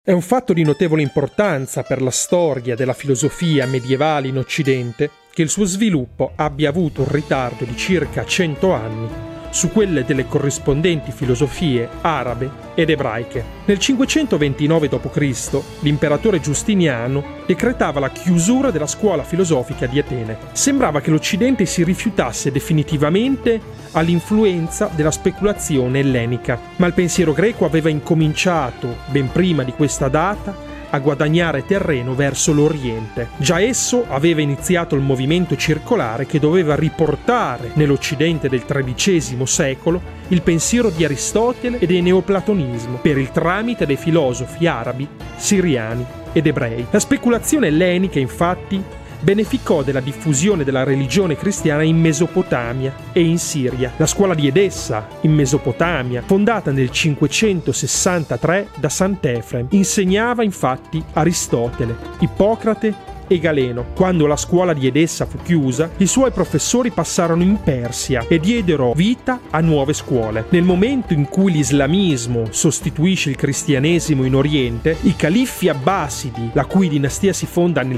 È un fatto di notevole importanza per la storia della filosofia medievale in Occidente che il suo sviluppo abbia avuto un ritardo di circa 100 anni su quelle delle corrispondenti filosofie arabe ed ebraiche. Nel 529 d.C. l'imperatore Giustiniano decretava la chiusura della scuola filosofica di Atene. Sembrava che l'Occidente si rifiutasse definitivamente all'influenza della speculazione ellenica, ma il pensiero greco aveva incominciato, ben prima di questa data, a guadagnare terreno verso l'Oriente. Già esso aveva iniziato il movimento circolare che doveva riportare nell'Occidente del XIII secolo il pensiero di Aristotele e del neoplatonismo per il tramite dei filosofi arabi, siriani ed ebrei. La speculazione ellenica, infatti, beneficò della diffusione della religione cristiana in Mesopotamia e in Siria. La scuola di Edessa, in Mesopotamia, fondata nel 563 da Sant'Efrem, insegnava infatti Aristotele, Ippocrate e Galeno. Quando la scuola di Edessa fu chiusa, i suoi professori passarono in Persia e diedero vita a nuove scuole. Nel momento in cui l'islamismo sostituisce il cristianesimo in Oriente, i califfi abbasidi, la cui dinastia si fonda nel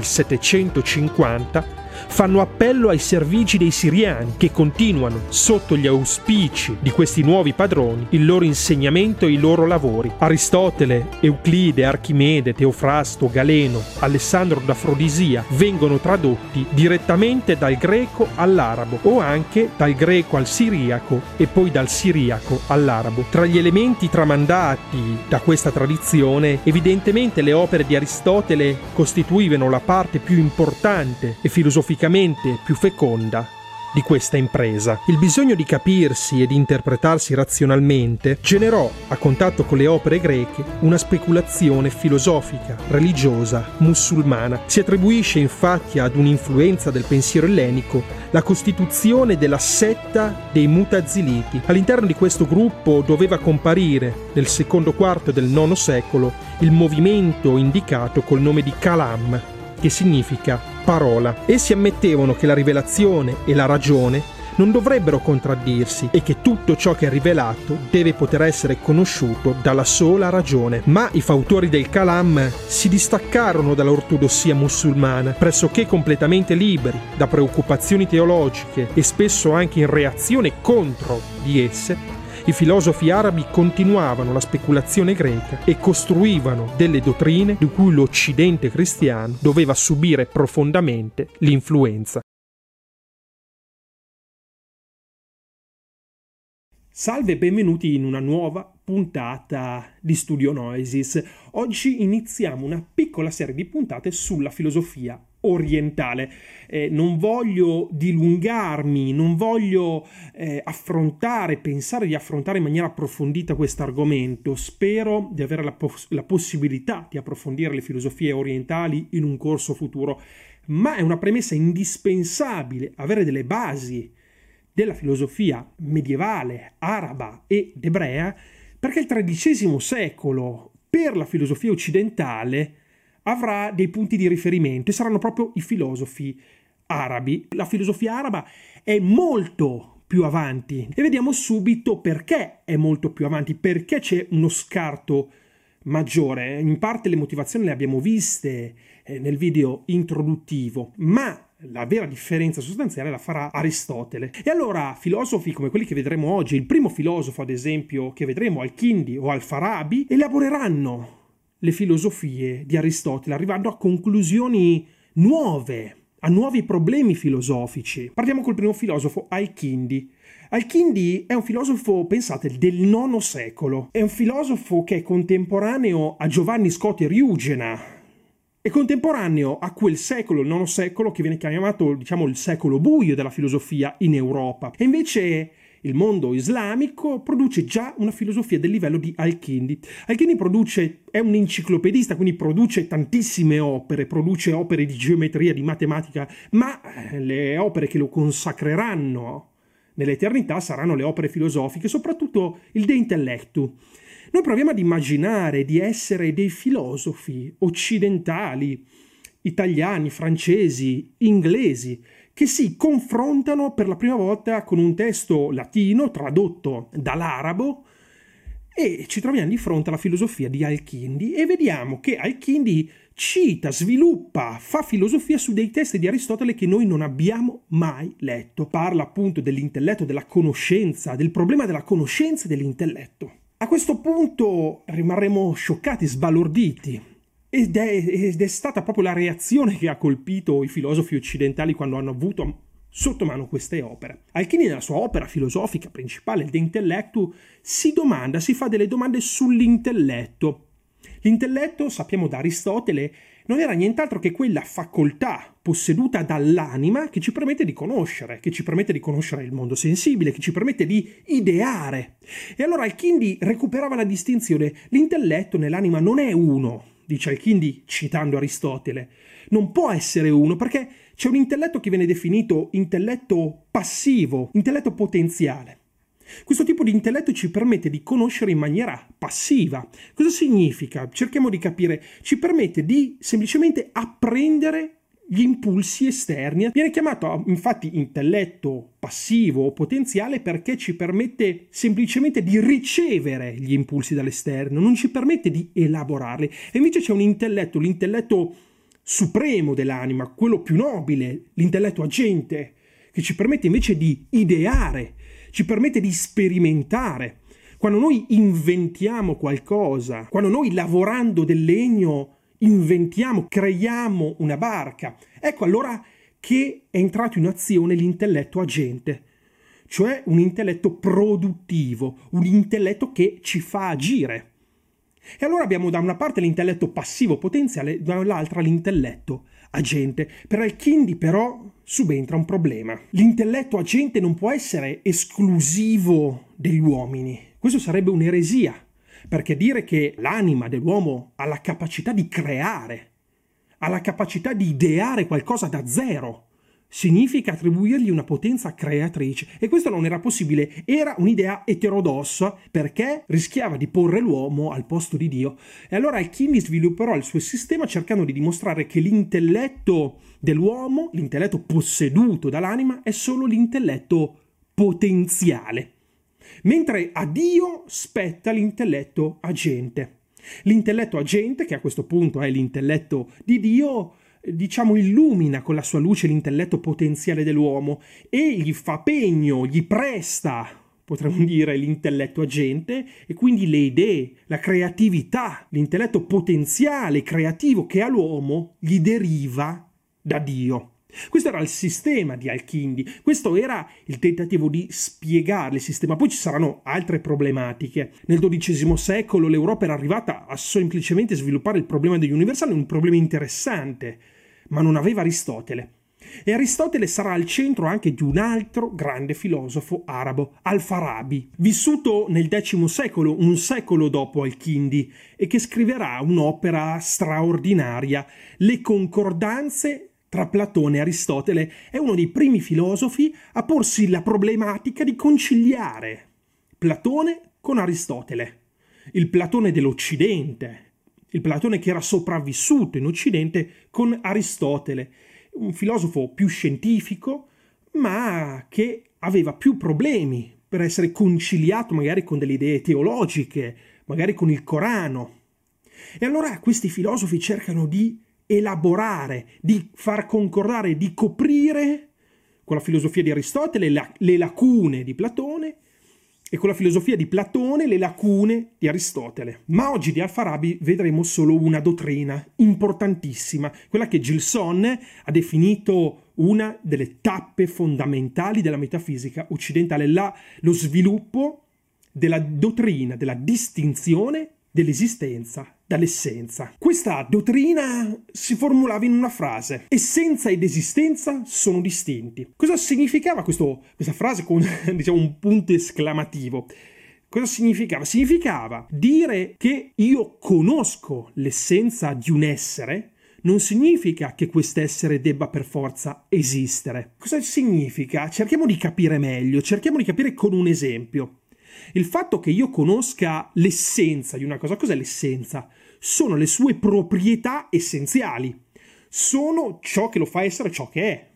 750, fanno appello ai servigi dei siriani che continuano, sotto gli auspici di questi nuovi padroni, il loro insegnamento e i loro lavori. Aristotele, Euclide, Archimede, Teofrasto, Galeno, Alessandro d'Afrodisia vengono tradotti direttamente dal greco all'arabo o anche dal greco al siriaco e poi dal siriaco all'arabo. Tra gli elementi tramandati da questa tradizione, evidentemente le opere di Aristotele costituivano la parte più importante e filosoficamente più feconda di questa impresa. Il bisogno di capirsi e di interpretarsi razionalmente generò, a contatto con le opere greche, una speculazione filosofica, religiosa, musulmana. Si attribuisce infatti ad un'influenza del pensiero ellenico la costituzione della setta dei Mutaziliti. All'interno di questo gruppo doveva comparire, nel secondo quarto del IX secolo, il movimento indicato col nome di Kalam, che significa parola. Essi ammettevano che la rivelazione e la ragione non dovrebbero contraddirsi e che tutto ciò che è rivelato deve poter essere conosciuto dalla sola ragione. Ma i fautori del Kalam si distaccarono dall'ortodossia musulmana, pressoché completamente liberi da preoccupazioni teologiche e spesso anche in reazione contro di esse. I filosofi arabi continuavano la speculazione greca e costruivano delle dottrine di cui l'Occidente cristiano doveva subire profondamente l'influenza. Salve e benvenuti in una nuova puntata di Studio Noisis. Oggi iniziamo una piccola serie di puntate sulla filosofia orientale. Non voglio dilungarmi, non voglio pensare di affrontare in maniera approfondita questo argomento. Spero di avere la possibilità di approfondire le filosofie orientali in un corso futuro, ma è una premessa indispensabile avere delle basi della filosofia medievale, araba ed ebrea, perché il XIII secolo per la filosofia occidentale avrà dei punti di riferimento e saranno proprio i filosofi arabi. La filosofia araba è molto più avanti e vediamo subito perché è molto più avanti, perché c'è uno scarto maggiore. In parte le motivazioni le abbiamo viste nel video introduttivo, ma la vera differenza sostanziale la farà Aristotele. E allora filosofi come quelli che vedremo oggi, il primo filosofo ad esempio che vedremo, Al-Kindi o Al-Farabi, elaboreranno le filosofie di Aristotele arrivando a conclusioni nuove, a nuovi problemi filosofici. Partiamo col primo filosofo, Al-Kindi. Al-Kindi è un filosofo, pensate, del IX secolo. È un filosofo che è contemporaneo a Giovanni Scotti Riugena. È contemporaneo a quel secolo, il IX secolo, che viene chiamato, il secolo buio della filosofia in Europa. E invece il mondo islamico produce già una filosofia del livello di Al-Kindi. Al-Kindi è un enciclopedista, quindi produce tantissime opere, produce opere di geometria, di matematica, ma le opere che lo consacreranno nell'eternità saranno le opere filosofiche, soprattutto il De Intellectu. Noi proviamo ad immaginare di essere dei filosofi occidentali, italiani, francesi, inglesi, che si confrontano per la prima volta con un testo latino tradotto dall'arabo E ci troviamo di fronte alla filosofia di Al-Kindi e vediamo che Al-Kindi cita, sviluppa, fa filosofia su dei testi di Aristotele che noi non abbiamo mai letto. Parla appunto dell'intelletto, della conoscenza, del problema della conoscenza e dell'intelletto. A questo punto rimarremo scioccati, sbalorditi. Ed è stata proprio la reazione che ha colpito i filosofi occidentali quando hanno avuto sotto mano queste opere. Al-Kindi nella sua opera filosofica principale, il De Intellectu, si fa delle domande sull'intelletto. L'intelletto, sappiamo da Aristotele, non era nient'altro che quella facoltà posseduta dall'anima che ci permette di conoscere il mondo sensibile, che ci permette di ideare. E allora Al-Kindi recuperava la distinzione. L'intelletto nell'anima non è uno, dice Al-Kindi citando Aristotele. Non può essere uno perché c'è un intelletto che viene definito intelletto passivo, intelletto potenziale. Questo tipo di intelletto ci permette di conoscere in maniera passiva. Cosa significa? Cerchiamo di capire. Ci permette di semplicemente apprendere gli impulsi esterni. Viene chiamato infatti intelletto passivo o potenziale perché ci permette semplicemente di ricevere gli impulsi dall'esterno, non ci permette di elaborarli. E invece c'è un intelletto, l'intelletto supremo dell'anima, quello più nobile, l'intelletto agente, che ci permette invece di ideare, ci permette di sperimentare. Quando noi inventiamo qualcosa, quando noi lavorando del legno inventiamo, creiamo una barca, ecco allora che è entrato in azione l'intelletto agente, cioè un intelletto produttivo, un intelletto che ci fa agire. E allora abbiamo da una parte l'intelletto passivo potenziale, dall'altra l'intelletto agente. Per Al-Kindi però subentra un problema. L'intelletto agente non può essere esclusivo degli uomini. Questo sarebbe un'eresia, perché dire che l'anima dell'uomo ha la capacità di creare, ha la capacità di ideare qualcosa da zero, significa attribuirgli una potenza creatrice, e questo non era possibile, era un'idea eterodossa perché rischiava di porre l'uomo al posto di Dio. E allora Al-Kindi svilupperò il suo sistema cercando di dimostrare che l'intelletto dell'uomo, l'intelletto posseduto dall'anima, è solo l'intelletto potenziale, mentre a Dio spetta l'intelletto agente. L'intelletto agente, che a questo punto è l'intelletto di Dio, illumina con la sua luce l'intelletto potenziale dell'uomo e gli fa pegno, gli presta, potremmo dire, l'intelletto agente e quindi le idee, la creatività, l'intelletto potenziale, creativo che ha l'uomo gli deriva da Dio. Questo era il sistema di Al-Kindi, questo era il tentativo di spiegare il sistema. Poi ci saranno altre problematiche. Nel XII secolo l'Europa era arrivata a semplicemente sviluppare il problema degli universali, un problema interessante, ma non aveva Aristotele. E Aristotele sarà al centro anche di un altro grande filosofo arabo, Al-Farabi, vissuto nel X secolo, un secolo dopo Al-Kindi, e che scriverà un'opera straordinaria, Le concordanze tra Platone e Aristotele. È uno dei primi filosofi a porsi la problematica di conciliare Platone con Aristotele, il Platone dell'Occidente, il Platone che era sopravvissuto in Occidente, con Aristotele, un filosofo più scientifico, ma che aveva più problemi per essere conciliato magari con delle idee teologiche, magari con il Corano. E allora questi filosofi cercano di elaborare, di far concordare, di coprire con la filosofia di Aristotele le lacune di Platone e con la filosofia di Platone le lacune di Aristotele. Ma oggi di Al-Farabi vedremo solo una dottrina importantissima, quella che Gilson ha definito una delle tappe fondamentali della metafisica occidentale, lo sviluppo della dottrina, della distinzione dell'esistenza dall'essenza. Questa dottrina si formulava in una frase: essenza ed esistenza sono distinti. Cosa significava questa frase con un punto esclamativo? Cosa significava? Significava dire che io conosco l'essenza di un essere, non significa che quest'essere debba per forza esistere. Cosa significa? Cerchiamo di capire meglio, cerchiamo di capire con un esempio. Il fatto che io conosca l'essenza di una cosa, cos'è l'essenza? Sono le sue proprietà essenziali, sono ciò che lo fa essere ciò che è.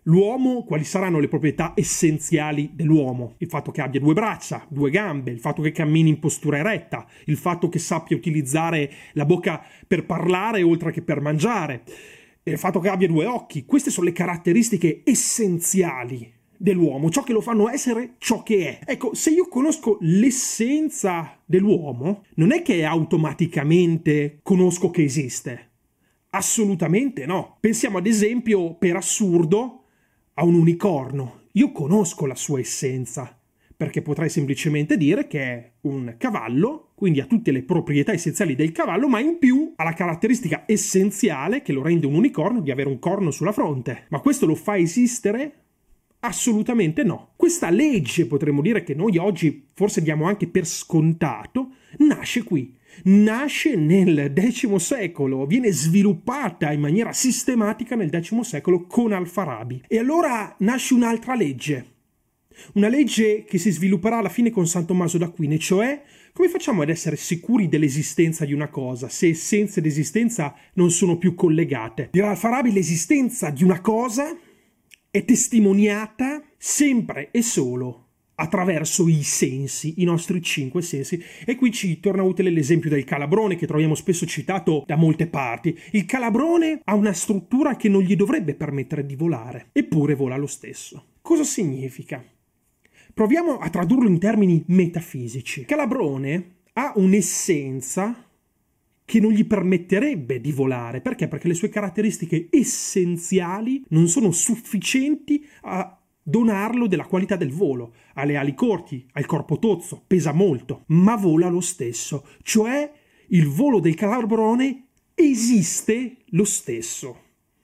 l'uomo, quali saranno le proprietà essenziali dell'uomo? Il fatto che abbia 2 braccia, 2 gambe, il fatto che cammini in postura eretta, il fatto che sappia utilizzare la bocca per parlare oltre che per mangiare, il fatto che abbia 2 occhi. Queste sono le caratteristiche essenziali dell'uomo, ciò che lo fanno essere ciò che è. Ecco, se io conosco l'essenza dell'uomo, non è che automaticamente conosco che esiste. Assolutamente no. Pensiamo ad esempio, per assurdo, a un unicorno. Io conosco la sua essenza, perché potrei semplicemente dire che è un cavallo, quindi ha tutte le proprietà essenziali del cavallo, ma in più ha la caratteristica essenziale che lo rende un unicorno di avere un corno sulla fronte. Ma questo lo fa esistere? Assolutamente no. Questa legge, potremmo dire, che noi oggi forse diamo anche per scontato, nasce qui. Nasce nel X secolo, viene sviluppata in maniera sistematica nel X secolo con Al-Farabi. E allora nasce un'altra legge. Una legge che si svilupperà alla fine con San Tommaso d'Aquino, cioè come facciamo ad essere sicuri dell'esistenza di una cosa se essenza ed esistenza non sono più collegate? Per Al-Farabi l'esistenza di una cosa è testimoniata sempre e solo attraverso i sensi, i nostri 5 sensi. E qui ci torna utile l'esempio del calabrone che troviamo spesso citato da molte parti. Il calabrone ha una struttura che non gli dovrebbe permettere di volare, eppure vola lo stesso. Cosa significa? Proviamo a tradurlo in termini metafisici. Il calabrone ha un'essenza che non gli permetterebbe di volare. Perché? Perché le sue caratteristiche essenziali non sono sufficienti a donarlo della qualità del volo. Ha le ali corti, ha il corpo tozzo, pesa molto, ma vola lo stesso. Cioè il volo del calabrone esiste lo stesso.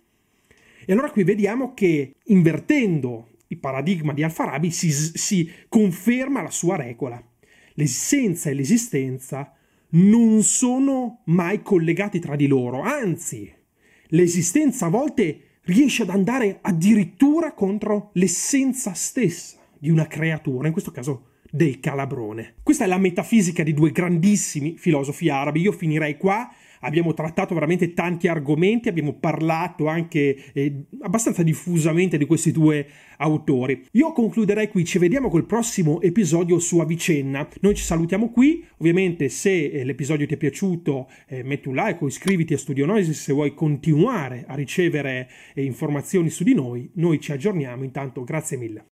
E allora qui vediamo che invertendo il paradigma di Al-Farabi si conferma la sua regola. L'essenza e l'esistenza non sono mai collegati tra di loro, anzi, l'esistenza a volte riesce ad andare addirittura contro l'essenza stessa di una creatura, in questo caso del calabrone. Questa è la metafisica di 2 grandissimi filosofi arabi. Io finirei qua. Abbiamo trattato veramente tanti argomenti, abbiamo parlato anche abbastanza diffusamente di questi 2 autori. Io concluderei qui, ci vediamo col prossimo episodio su Avicenna. Noi ci salutiamo qui, ovviamente se l'episodio ti è piaciuto metti un like o iscriviti a Studionoisi se vuoi continuare a ricevere informazioni su di noi. Noi ci aggiorniamo, intanto grazie mille.